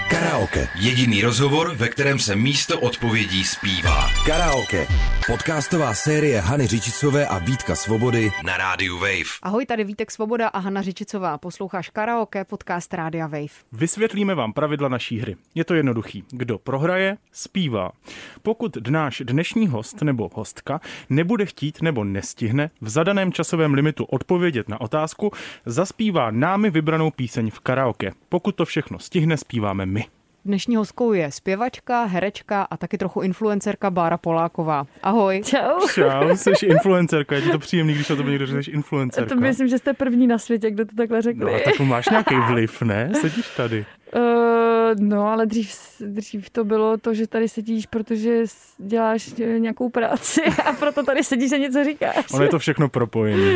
Karaoke. Jediný rozhovor, ve kterém se místo odpovědí zpívá. Karaoke. Podcastová série Hany Řičicové a Vítka Svobody Na rádiu Wave. Ahoj, tady Vítek Svoboda a Hana Řičicová. Posloucháš Karaoke, podcast Rádia Wave. Vysvětlíme vám pravidla naší hry. Je to jednoduchý. Kdo prohraje, zpívá. Pokud náš dnešní host nebo hostka nebude chtít nebo nestihne v zadaném časovém limitu odpovědět na otázku, zaspívá námi vybranou píseň v karaoke. Pokud to všechno stihne, zpíváme my. Dnešní hostkou je zpěvačka, herečka a taky trochu influencerka Bára Poláková. Ahoj. Čau. Čau, jsi influencerka. Je ti to příjemný, když o tobě někdo řekne, že jsi influencerka? To myslím, že jste první na světě, kdo to takhle řekl. No, tak máš nějaký vliv, ne? Sedíš tady. No, ale dřív to bylo to, že tady sedíš, protože děláš nějakou práci a proto tady sedíš a něco říkáš. Ono je to všechno propojené.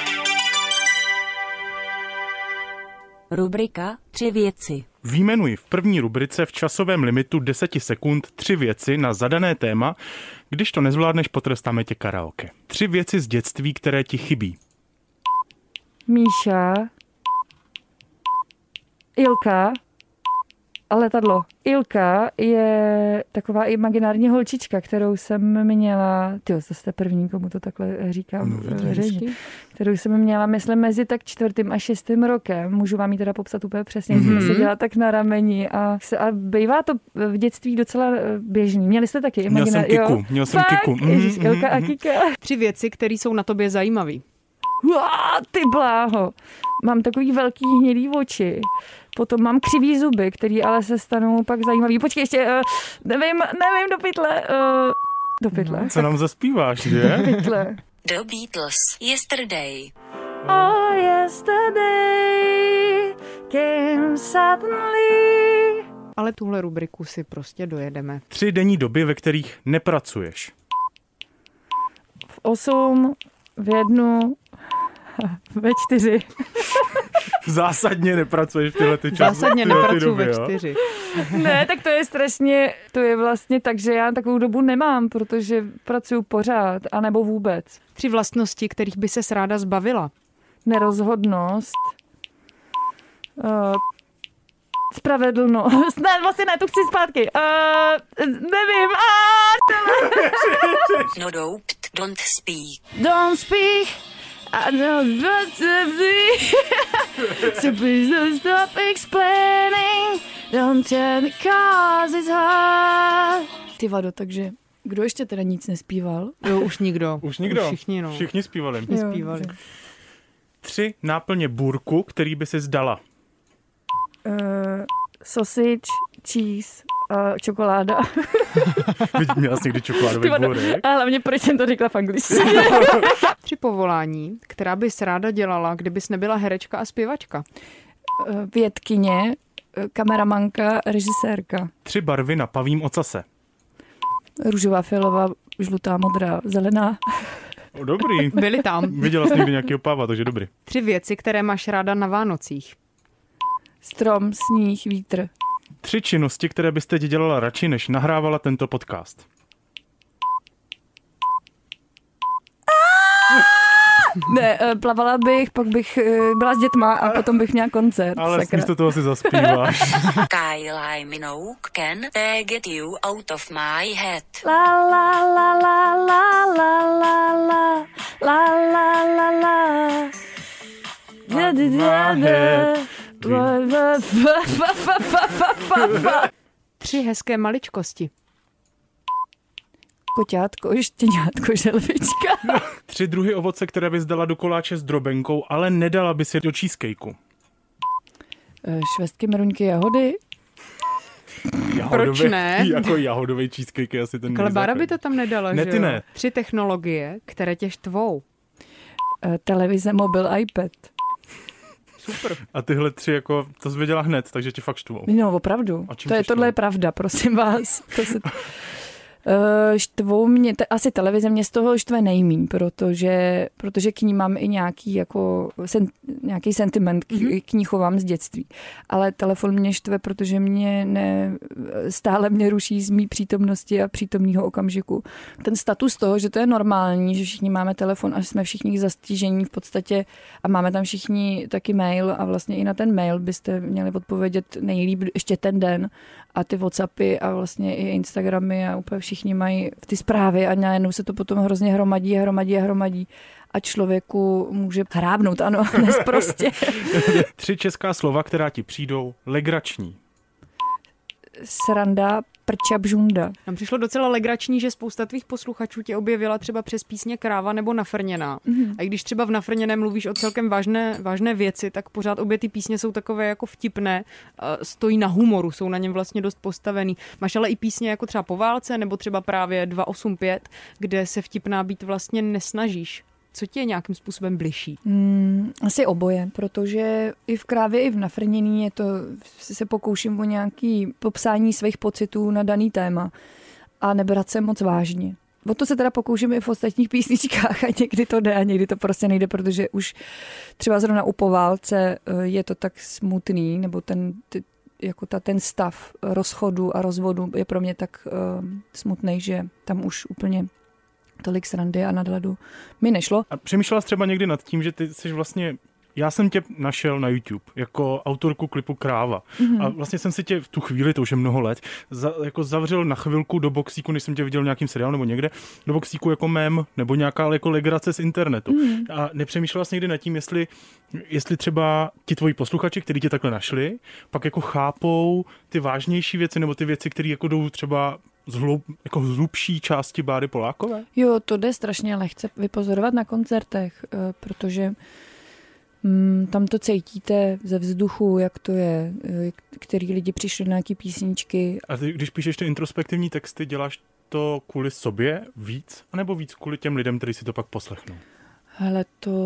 Rubrika 3 věci. Vyjmenuji v první rubrice v časovém limitu 10 sekund 3 věci na zadané téma. Když to nezvládneš, potrestáme tě karaoke. 3 věci z dětství, které ti chybí. Míša, Ilka a letadlo. Ilka je taková imaginární holčička, kterou jsem měla, to jste první, komu to takhle říkám, kterou jsem měla, myslím, mezi tak 4. a 6. rokem. Můžu vám ji teda popsat úplně přesně, jsme seděla tak na rameni a bývá to v dětství docela běžný. Měli jste taky imaginární? Měl jsem Kiku. Ježiš, Ilka a Kika. 3 věci, které jsou na tobě zajímavý. Ty bláho. Mám takový velký hnědý oči. Potom mám křivý zuby, který ale se stanou pak zajímavý. Počkej, ještě, nevím, do pytle. Do pytle. No, co nám zaspíváš, že? Do pytle. The Beatles, Yesterday. Oh, yesterday came suddenly. Ale tuhle rubriku si prostě dojedeme. 3 denní doby, ve kterých nepracuješ. V 8, v 1, ve 4. Zásadně nepracuješ v tyhle ty časy. Zásadně nepracuji ve 4. Ne, tak to je strašně, to je vlastně tak, že já takovou dobu nemám, protože pracuji pořád, anebo vůbec. 3 vlastnosti, kterých by ses ráda zbavila. Nerozhodnost, spravedlnost. Ne, vlastně ne, tu chci zpátky. Nevím. No don't speak. Don't speak. I don't want to be. So please don't stop explaining. Don't tell me cause it's hard. Ty vado, takže kdo ještě teda nic nespíval? Jo, už nikdo. Už nikdo? Všichni, no. Všichni zpívali. Zpívali. 3 náplně burku, který by si zdala. Sausage, cheese a čokoláda. Měla jsi někdy čokoládový burek? A hlavně, proč jsem to řekla v angličtině? 3 povolání, která bys ráda dělala, kdybys nebyla herečka a zpěvačka. Vědkyně, kameramanka, režisérka. 3 barvy na pavím ocase. Růžová, fialová, žlutá, modrá, zelená. O, dobrý. Byli tam. Viděla jsi někdy nějakýho páva, takže dobrý. 3 věci, které máš ráda na Vánocích. Strom, sníh, vítr. 3 činnosti, které byste dělala radši, než nahrávala tento podcast. Ne, plavala bych, pak bych byla s dětma a potom bych měla koncert. Ale sakra. místo toho si zaspíváš. Kylie Minogue can get you out of my head. La la la la la la la la la la la la. Da, da, da, da. 3 hezké maličkosti. Koťátko, štěňátko, želvička. 3 druhy ovoce, které bys dala do koláče s drobenkou, ale nedala by si do cheesecakeu. Švestky, meruňky, jahody. Proč ne? Jako jahodový cheesecake je asi ten Ale Bára by to tam nedala, ne, že ty jo? ne. 3 technologie, které tě štvou. Televize, mobil, iPad. Super. A tyhle 3 jako, to jsi věděla hned, takže tě fakt štvou. No, opravdu. A čím tě Tohle štvou? je pravda, prosím vás. To se... Štvou mě, asi televize mě z toho štve nejmíň, protože k ní mám i nějaký sentiment, k ní chovám z dětství. Ale telefon mě štve, protože stále mě ruší z mý přítomnosti a přítomného okamžiku. Ten status toho, že to je normální, že všichni máme telefon a jsme všichni zastižení v podstatě a máme tam všichni taky mail a vlastně i na ten mail byste měli odpovědět nejlíp ještě ten den a ty WhatsAppy a vlastně i Instagramy a úplně všichni mají ty zprávy a najednou se to potom hrozně hromadí a člověku může hrábnout, ano, nesprostě. 3 česká slova, která ti přijdou legrační. Sranda, prča, bžunda. Nám přišlo docela legrační, že spousta tvých posluchačů tě objevila třeba přes písně Kráva nebo Nafrněná. A i když třeba v Nafrněném mluvíš o celkem vážné věci, tak pořád obě ty písně jsou takové jako vtipné, stojí na humoru, jsou na něm vlastně dost postavený. Máš ale i písně jako třeba Po válce nebo třeba právě 285, kde se vtipná být vlastně nesnažíš. Co ti je nějakým způsobem bližší? Asi oboje, protože i v Krávě, i v Nafrněný je to, se pokouším o nějaké popsání svých pocitů na daný téma a nebrat se moc vážně. O to se teda pokouším i v ostatních písničkách a někdy to jde a někdy to prostě nejde, protože už třeba zrovna u Po válce je to tak smutný, nebo ten stav rozchodu a rozvodu je pro mě tak smutný, že tam už úplně tolik srandy a nadhladu mi nešlo. A přemýšlela jsi třeba někdy nad tím, že ty jsi vlastně, já jsem tě našel na YouTube jako autorku klipu Kráva. A vlastně jsem si tě v tu chvíli, to už je mnoho let, jako zavřel na chvilku do boxíku, než jsem tě viděl v nějakým seriálu nebo někde, do boxíku jako mem nebo nějaká jako legrace z internetu. A nepřemýšlela jsi někdy nad tím, jestli třeba ti tvoji posluchači, kteří tě takhle našli, pak jako chápou ty vážnější věci nebo ty věci, které jako jdou třeba jako hlubší části Báry Polákové? Jo, to jde strašně lehce vypozorovat na koncertech, protože tam to cítíte ze vzduchu, jak to je, který lidi přišli na nějaký písničky. A ty, když píšeš ty introspektivní texty, děláš to kvůli sobě víc, anebo víc kvůli těm lidem, kteří si to pak poslechnou? Hele,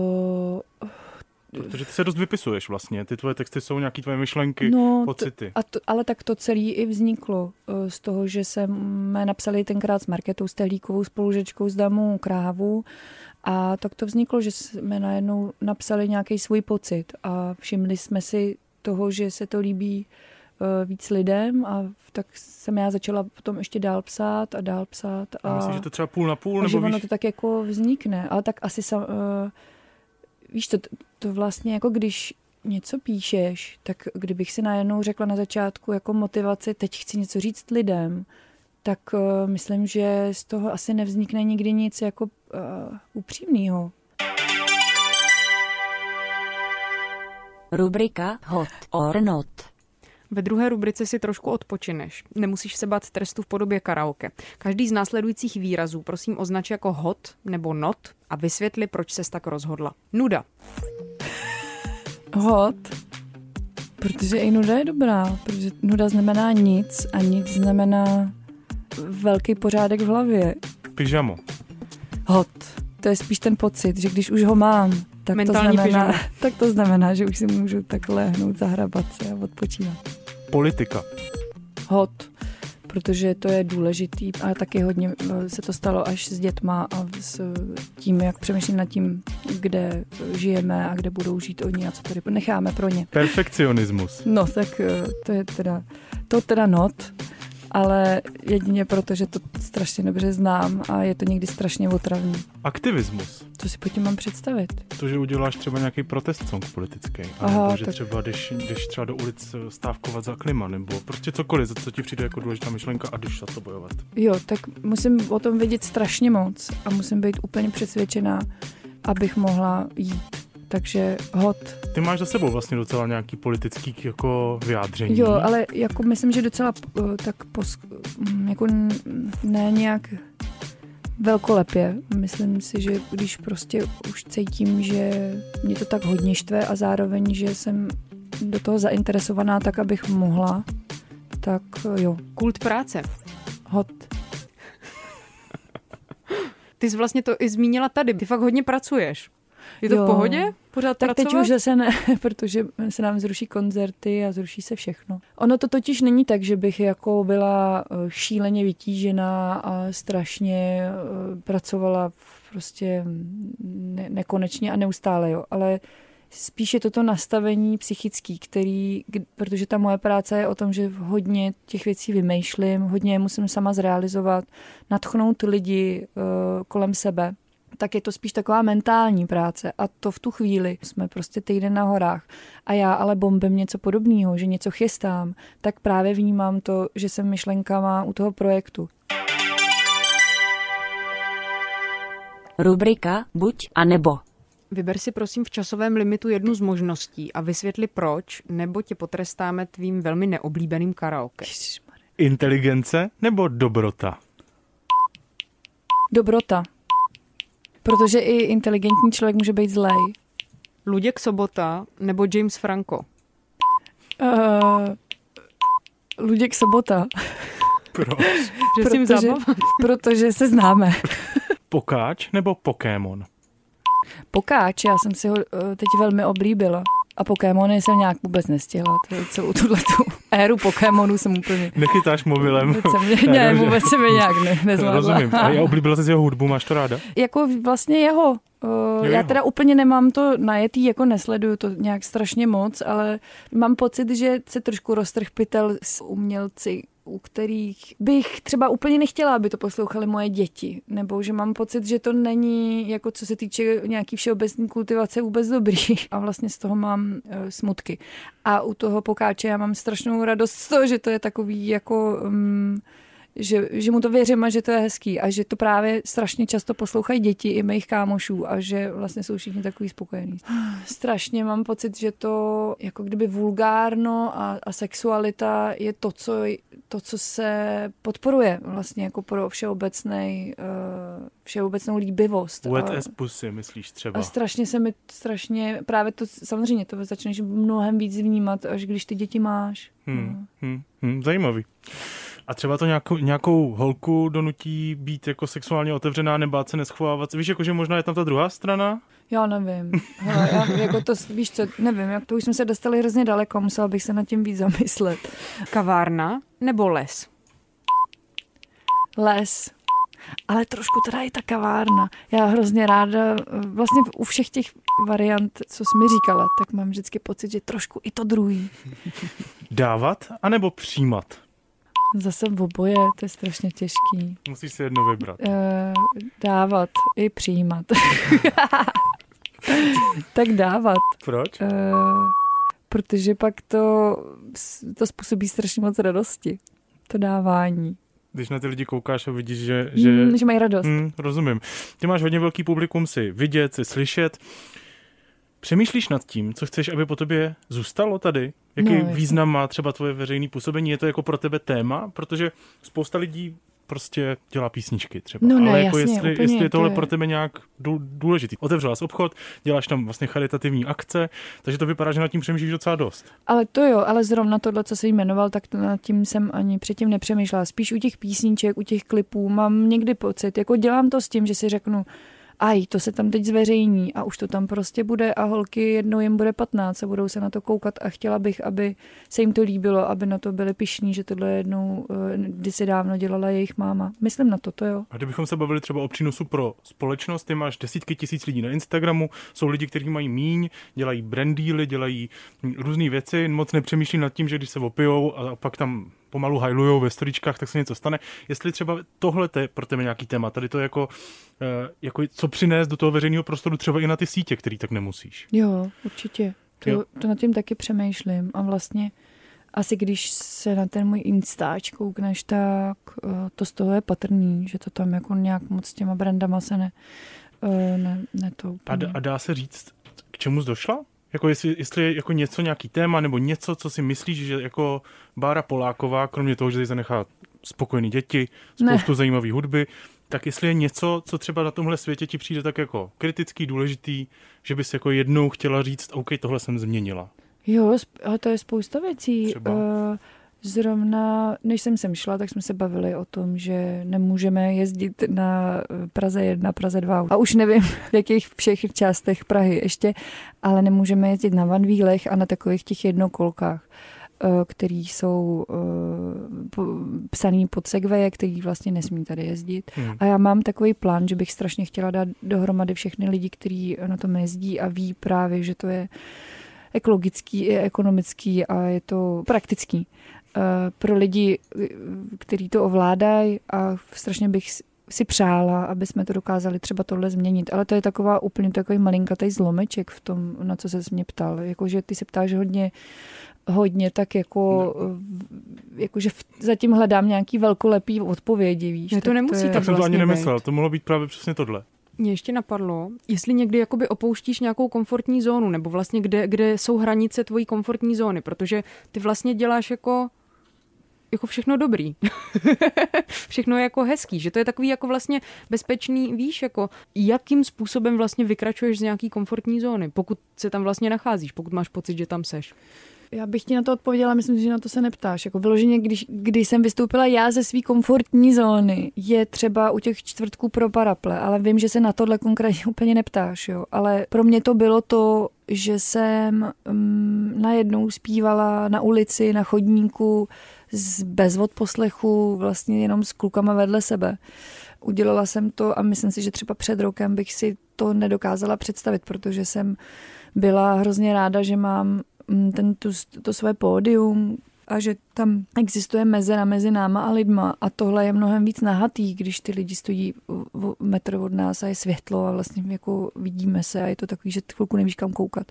Protože ty se dost vypisuješ vlastně, ty tvoje texty jsou nějaký tvoje myšlenky, pocity. Ale tak to celé i vzniklo z toho, že jsme napsali tenkrát s Markétou Stehlíkovou spolužečkou z Damu Krávu a tak to vzniklo, že jsme najednou napsali nějaký svůj pocit a všimli jsme si toho, že se to líbí víc lidem a tak jsem já začala potom ještě dál psát. A myslíš, že to třeba půl na půl? Nebo ono to tak jako vznikne, ale tak asi víš, to vlastně jako když něco píšeš, tak kdybych si najednou řekla na začátku jako motivaci, teď chci něco říct lidem, tak myslím, že z toho asi nevznikne nikdy nic jako upřímného. Rubrika Hot or Not. Ve druhé rubrice si trošku odpočineš. Nemusíš se bát trestu v podobě karaoke. Každý z následujících výrazů prosím označ jako hot nebo not a vysvětli, proč ses tak rozhodla. Nuda. Hot, protože i nuda je dobrá, protože nuda znamená nic a nic znamená velký pořádek v hlavě. Pyžamo. Hot, to je spíš ten pocit, že když už ho mám, tak to znamená, že už si můžu tak lehnout, zahrabat se a odpočívat. Politika. Hot, protože to je důležitý a taky hodně se to stalo až s dětma a s tím, jak přemýšlím nad tím, kde žijeme a kde budou žít oni a co tady necháme pro ně. Perfekcionismus. No, tak to je teda not, ale jedině proto, že to strašně dobře znám a je to někdy strašně otravný. Aktivismus. Co si pod tím mám představit? To, že uděláš třeba nějaký protest song politický, nebo že třeba jdeš třeba do ulic stávkovat za klima, nebo prostě cokoliv, za co ti přijde jako důležitá myšlenka a jdeš za to bojovat. Jo, tak musím o tom vědět strašně moc a musím být úplně přesvědčená, abych mohla jít. Takže hot. Ty máš za sebou vlastně docela nějaký politický jako vyjádření. Jo, ale jako myslím, že docela tak jako ne nějak velkolepě. Myslím si, že když prostě už cítím, že mě to tak hodně štve a zároveň, že jsem do toho zainteresovaná tak, abych mohla, tak jo. Kult práce. Hot. Ty jsi vlastně to i zmínila tady. Ty fakt hodně pracuješ. Je to v pohodě? Pořád tak pracovat? teď už zase ne, protože se nám zruší koncerty a zruší se všechno. Ono to totiž není tak, že bych jako byla šíleně vytížená a strašně pracovala prostě nekonečně a neustále, jo. Ale spíš je toto nastavení psychický, protože ta moje práce je o tom, že hodně těch věcí vymýšlím, hodně je musím sama zrealizovat, nadchnout lidi kolem sebe. Tak je to spíš taková mentální práce a to v tu chvíli jsme prostě týden na horách a já ale bombím něco podobného, že něco chystám, tak právě vnímám to, že jsem myšlenkama u toho projektu. Rubrika buď a nebo. Vyber si prosím v časovém limitu jednu z možností a vysvětli proč, nebo tě potrestáme tvým velmi neoblíbeným karaoke. Inteligence nebo dobrota? Dobrota. Protože i inteligentní člověk může být zlej. Luděk Sobota nebo James Franco? Luděk Sobota. Proč? Protože se známe. Pokáč nebo Pokémon? Pokáč, já jsem si ho teď velmi oblíbila. A Pokémony jsem nějak vůbec nestihla. Celou tuhletu éru Pokémonů jsem úplně... Nechytáš mobilem? Vůbec se mi nějak nezvládla. Rozumím. A já oblíbila jsi jeho hudbu, máš to ráda? Jako vlastně jeho. Já teda úplně nemám to najetý, jako nesleduju to nějak strašně moc, ale mám pocit, že se trošku roztrh pytel s umělci, u kterých bych třeba úplně nechtěla, aby to poslouchali moje děti. Nebo že mám pocit, že to není, jako co se týče nějaký všeobecný kultivace, vůbec dobrý. A vlastně z toho mám smutky. A u toho Pokáče já mám strašnou radost z toho, že to je takový jako... Že mu to věřím a že to je hezký a že to právě strašně často poslouchají děti i mých kámošů a že vlastně jsou všichni takový spokojení. Strašně mám pocit, že to jako kdyby vulgárno a sexualita je to, co se podporuje vlastně jako pro všeobecnou líbivost. Wet as pussy, myslíš třeba? A strašně právě to, samozřejmě to začneš mnohem víc vnímat, až když ty děti máš. Zajímavý. A třeba to nějakou holku donutí být jako sexuálně otevřená, nebát se neschovávat. Víš, jako, že možná je tam ta druhá strana? Já nevím. Hele, jako to, víš co, nevím, jak to už jsme se dostali hrozně daleko, musela bych se nad tím víc zamyslet. Kavárna nebo les? Les. Ale trošku teda i ta kavárna. Já hrozně ráda, vlastně u všech těch variant, co jsi mi říkala, tak mám vždycky pocit, že trošku i to druhý. Dávat anebo přijímat? Zase oboje, to je strašně těžký. Musíš si jedno vybrat. Dávat i přijímat. Tak dávat. Proč? Protože pak to způsobí strašně moc radosti. To dávání. Když na ty lidi koukáš a vidíš, že mají radost. Rozumím. Ty máš hodně velký publikum si vidět, si slyšet. Přemýšlíš nad tím, co chceš, aby po tobě zůstalo tady? Jaký význam má třeba tvoje veřejné působení? Je to jako pro tebe téma? Protože spousta lidí prostě dělá písničky třeba. Ale jako jasně, jestli je tohle pro tebe nějak důležitý. Otevřela jsi obchod, děláš tam vlastně charitativní akce, takže to vypadá, že nad tím přemýšlíš docela dost. Ale to jo, ale zrovna tohle, co jsi jmenoval, tak nad tím jsem ani předtím nepřemýšlela. Spíš u těch písniček, u těch klipů mám někdy pocit, jako dělám to s tím, že si řeknu, to se tam teď zveřejní a už to tam prostě bude a holky jednou jim bude 15 a budou se na to koukat a chtěla bych, aby se jim to líbilo, aby na to byli pyšní, že tohle jednou kdysi dávno dělala jejich máma. Myslím na to jo. A kdybychom se bavili třeba o přínosu pro společnost, ty máš desítky tisíc lidí na Instagramu, jsou lidi, kteří mají míň, dělají brand dealy, dělají různé věci, moc nepřemýšlí nad tím, že když se opijou a pak tam pomalu hajlujou ve storičkách, tak se něco stane. Jestli třeba tohle je pro tebe nějaký téma, tady to jako co přinést do toho veřejného prostoru třeba i na ty sítě, který tak nemusíš. Jo, určitě. To nad tím taky přemýšlím a vlastně asi když se na ten můj Instač koukneš, tak to z toho je patrný, že to tam jako nějak moc s těma brandama se ne to úplně. A dá se říct, k čemu jsi došla? Jako jestli je jako něco, nějaký téma nebo něco, co si myslíš, že jako Bára Poláková, kromě toho, že si zanechá spokojený děti, spoustu zajímavé hudby, tak jestli je něco, co třeba na tomhle světě ti přijde tak jako kritický, důležitý, že bys jako jednou chtěla říct, OK, tohle jsem změnila. Jo, ale to je spousta věcí. Zrovna, než jsem sem šla, tak jsme se bavili o tom, že nemůžeme jezdit na Praze 1, Praze 2. A už nevím, v jakých všech částech Prahy ještě, ale nemůžeme jezdit na vanvílech a na takových těch jednokolkách, který jsou psaný pod segwaye, který vlastně nesmí tady jezdit. A já mám takový plán, že bych strašně chtěla dát dohromady všechny lidi, kteří na tom jezdí a ví právě, že to je ekologický i ekonomický a je to praktický. Pro lidi, kteří to ovládají a strašně bych si přála, aby jsme to dokázali třeba tohle změnit. Ale to je úplně takový malinkatej zlomeček v tom, na co ses mě ptal. Jakože ty se ptáš hodně tak jakože zatím hledám nějaký velkolepý odpovědi, víš. Ne, to nemusí tak jsem to ani nemyslel, to mohlo být právě přesně tohle. Mě ještě napadlo, jestli někdy jakoby opouštíš nějakou komfortní zónu, nebo vlastně kde jsou hranice tvojí komfortní zóny, protože ty vlastně děláš jako všechno dobrý. Všechno je jako hezký, že to je takový jako vlastně bezpečný, víš, jako jakým způsobem vlastně vykračuješ z nějaký komfortní zóny, pokud se tam vlastně nacházíš, pokud máš pocit, že tam seš. Já bych ti na to odpověděla, myslím si, že na to se neptáš. Jako vyloženě, když jsem vystoupila já ze své komfortní zóny, je třeba u těch čtvrtků pro paraple, ale vím, že se na tohle konkrétně úplně neptáš. Jo. Ale pro mě to bylo to, že jsem najednou zpívala na ulici, na chodníku, bez odposlechu, vlastně jenom s klukama vedle sebe. Udělala jsem to a myslím si, že třeba před rokem bych si to nedokázala představit, protože jsem byla hrozně ráda, že mám to své pódium a že tam existuje mezera mezi náma a lidma a tohle je mnohem víc nahatý, když ty lidi stojí metr od nás a je světlo a vlastně jako vidíme se a je to takový, že chvilku nevíš kam koukat.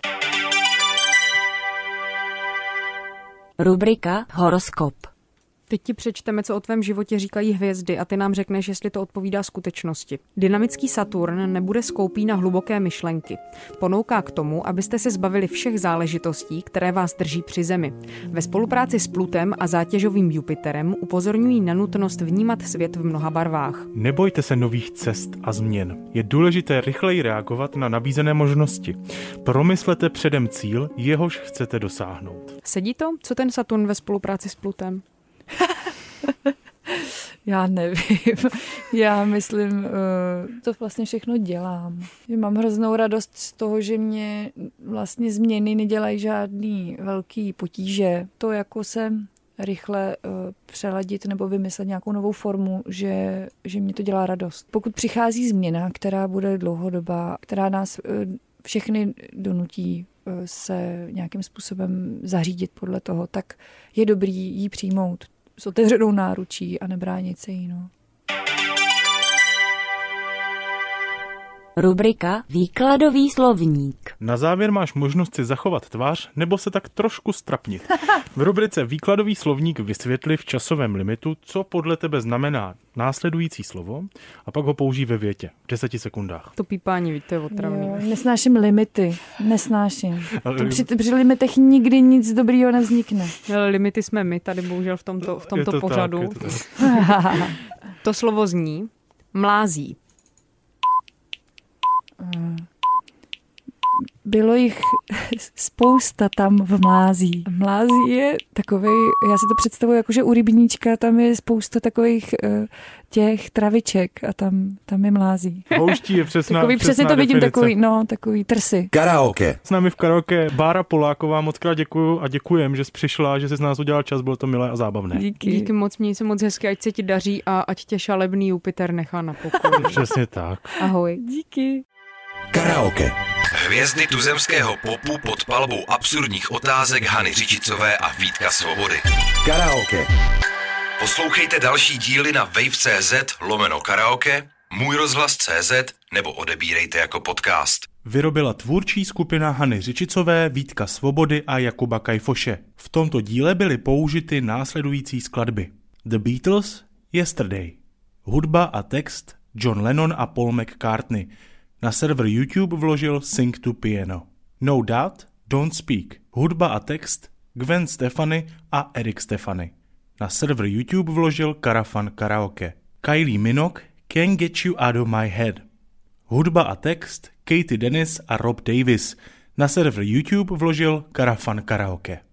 Rubrika Horoskop. Teď ti přečteme, co o tvém životě říkají hvězdy a ty nám řekneš, jestli to odpovídá skutečnosti. Dynamický Saturn nebude skoupý na hluboké myšlenky. Ponouká k tomu, abyste se zbavili všech záležitostí, které vás drží při zemi. Ve spolupráci s Plutem a zátěžovým Jupiterem upozorňují na nutnost vnímat svět v mnoha barvách. Nebojte se nových cest a změn. Je důležité rychleji reagovat na nabízené možnosti. Promyslete předem cíl, jehož chcete dosáhnout. Sedí to? Co ten Saturn ve spolupráci s Plutem? Já nevím. Já myslím, to vlastně všechno dělám. Mám hroznou radost z toho, že mě vlastně změny nedělají žádný velký potíže. To jako se rychle přeladit nebo vymyslet nějakou novou formu, že mě to dělá radost. Pokud přichází změna, která bude dlouhodobá, která nás všechny donutí se nějakým způsobem zařídit podle toho, tak je dobrý jí přijmout s otevřenou náručí a nebránit se jí. No. Rubrika Výkladový slovník. Na závěr máš možnost si zachovat tvář nebo se tak trošku strapnit. V rubrice Výkladový slovník vysvětli v časovém limitu, co podle tebe znamená následující slovo a pak ho použij ve větě v 10 sekundách. To pípání, víte, je otravný. Jo, nesnáším limity. Nesnáším. Při limitech nikdy nic dobrýho nevznikne. Ale limity jsme my tady bohužel v tomto pořadu. Tak. To slovo zní mlází. Bylo jich spousta tam v mlází. Mlází je takovej, já si to představuji jako, že u rybníčka tam je spousta takových těch traviček a tam je mlází. Pouští je přesně to vidím, takový trsy. Karaoke. S námi v karaoke Bára Poláková, moc krát děkuju a děkujem, že jsi přišla, že jsi z nás udělal čas, bylo to milé a zábavné. Díky moc, měj se moc hezky, ať se ti daří a ať tě šalebný Jupiter nechá na pokoji. Přesně tak. Ahoj. Díky. Karaoke. Hvězdy tuzemského popu pod palbou absurdních otázek Hany Řičicové a Vítka Svobody. Karaoke. Poslouchejte další díly na wave.cz/karaoke, můjrozhlas.cz nebo odebírejte jako podcast. Vyrobila tvůrčí skupina Hany Řičicové, Vítka Svobody a Jakuba Kajfoše. V tomto díle byly použity následující skladby: The Beatles, Yesterday. Hudba a text John Lennon a Paul McCartney. Na server YouTube vložil Sing to Piano. No Doubt, Don't Speak. Hudba a text Gwen Stefani a Eric Stefani. Na server YouTube vložil Karafan Karaoke. Kylie Minogue, Can't Get You Out of My Head. Hudba a text Katie Dennis a Rob Davis. Na server YouTube vložil Karafan Karaoke.